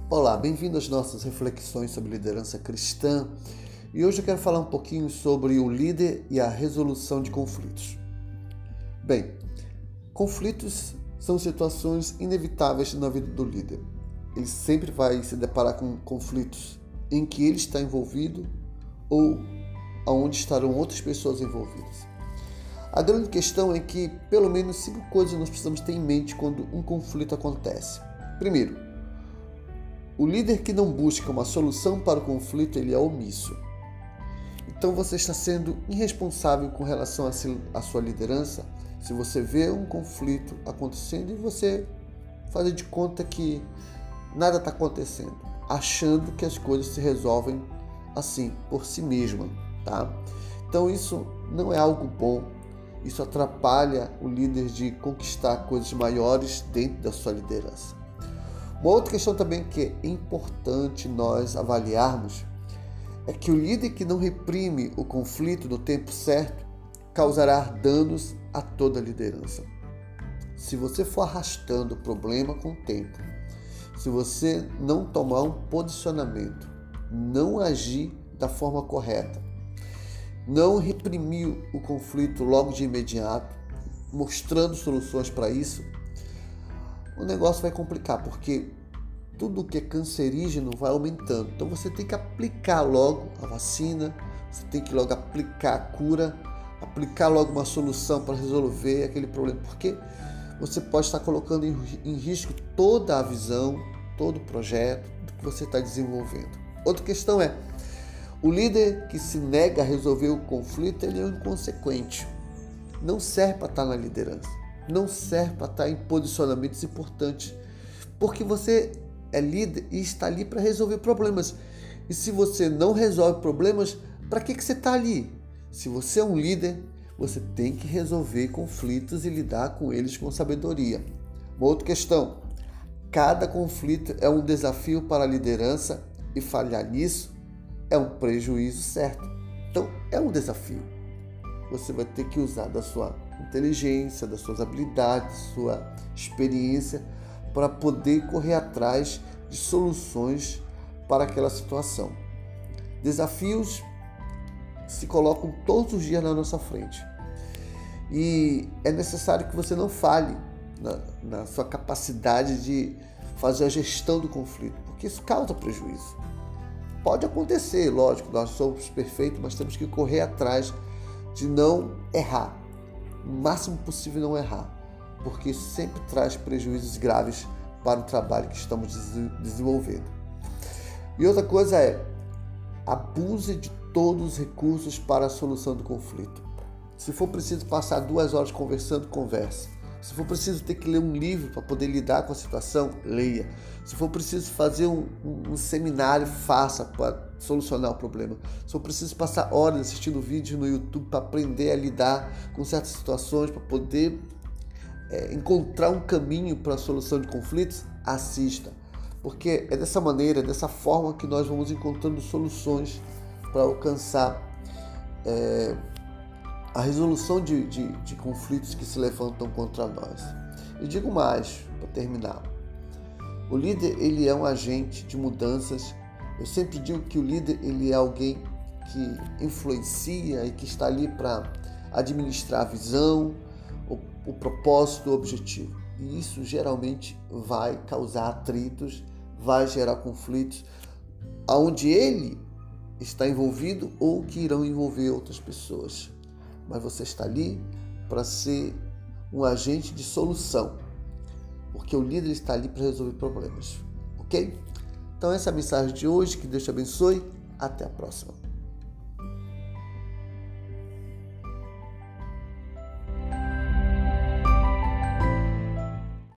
Olá, bem-vindo às nossas reflexões sobre liderança cristã. E hoje eu quero falar um pouquinho sobre o líder e a resolução de conflitos. Bem, conflitos são situações inevitáveis na vida do líder. Ele sempre vai se deparar com conflitos em que ele está envolvido ou onde estarão outras pessoas envolvidas. A grande questão é que pelo menos 5 coisas nós precisamos ter em mente quando um conflito acontece. Primeiro, o líder que não busca uma solução para o conflito, ele é omisso. Então você está sendo irresponsável com relação à sua liderança se você vê um conflito acontecendo e você faz de conta que nada está acontecendo, achando que as coisas se resolvem assim, por si mesma, tá? Então isso não é algo bom, isso atrapalha o líder de conquistar coisas maiores dentro da sua liderança. Uma outra questão também que é importante nós avaliarmos é que o líder que não reprime o conflito no tempo certo causará danos a toda a liderança. Se você for arrastando o problema com o tempo, se você não tomar um posicionamento, não agir da forma correta, não reprimir o conflito logo de imediato, mostrando soluções para isso, o negócio vai complicar, porque tudo que é cancerígeno vai aumentando. Então você tem que aplicar logo a vacina, você tem que logo aplicar a cura, aplicar logo uma solução para resolver aquele problema, porque você pode estar colocando em risco toda a visão, todo o projeto do que você está desenvolvendo. Outra questão é, o líder que se nega a resolver o conflito, ele é um inconsequente. Não serve para estar na liderança. Não serve para estar em posicionamentos importantes, porque você é líder e está ali para resolver problemas. E se você não resolve problemas, para que você está ali? Se você é um líder, você tem que resolver conflitos e lidar com eles com sabedoria. Uma outra questão, cada conflito é um desafio para a liderança e falhar nisso é um prejuízo certo. Então é um desafio. Você vai ter que usar da sua inteligência, das suas habilidades, sua experiência para poder correr atrás de soluções para aquela situação. Desafios se colocam todos os dias na nossa frente e é necessário que você não falhe na sua capacidade de fazer a gestão do conflito, porque isso causa prejuízo. Pode acontecer, lógico, nós somos perfeitos, mas temos que correr atrás de não errar, o máximo possível não errar, porque isso sempre traz prejuízos graves para o trabalho que estamos desenvolvendo. E outra coisa é, abuse de todos os recursos para a solução do conflito. Se for preciso passar 2 horas conversando, converse. Se for preciso ter que ler um livro para poder lidar com a situação, leia. Se for preciso fazer um seminário, faça para solucionar o problema. Se for preciso passar horas assistindo vídeos no YouTube para aprender a lidar com certas situações, para poder encontrar um caminho para a solução de conflitos, assista. Porque é dessa maneira, dessa forma que nós vamos encontrando soluções para alcançar a resolução de conflitos que se levantam contra nós. E digo mais, para terminar. O líder, ele é um agente de mudanças. Eu sempre digo que o líder, ele é alguém que influencia e que está ali para administrar a visão, o propósito, o objetivo. E isso geralmente vai causar atritos, vai gerar conflitos, onde ele está envolvido ou que irão envolver outras pessoas. Mas você está ali para ser um agente de solução, porque o líder está ali para resolver problemas, ok? Então essa é a mensagem de hoje, que Deus te abençoe, até a próxima.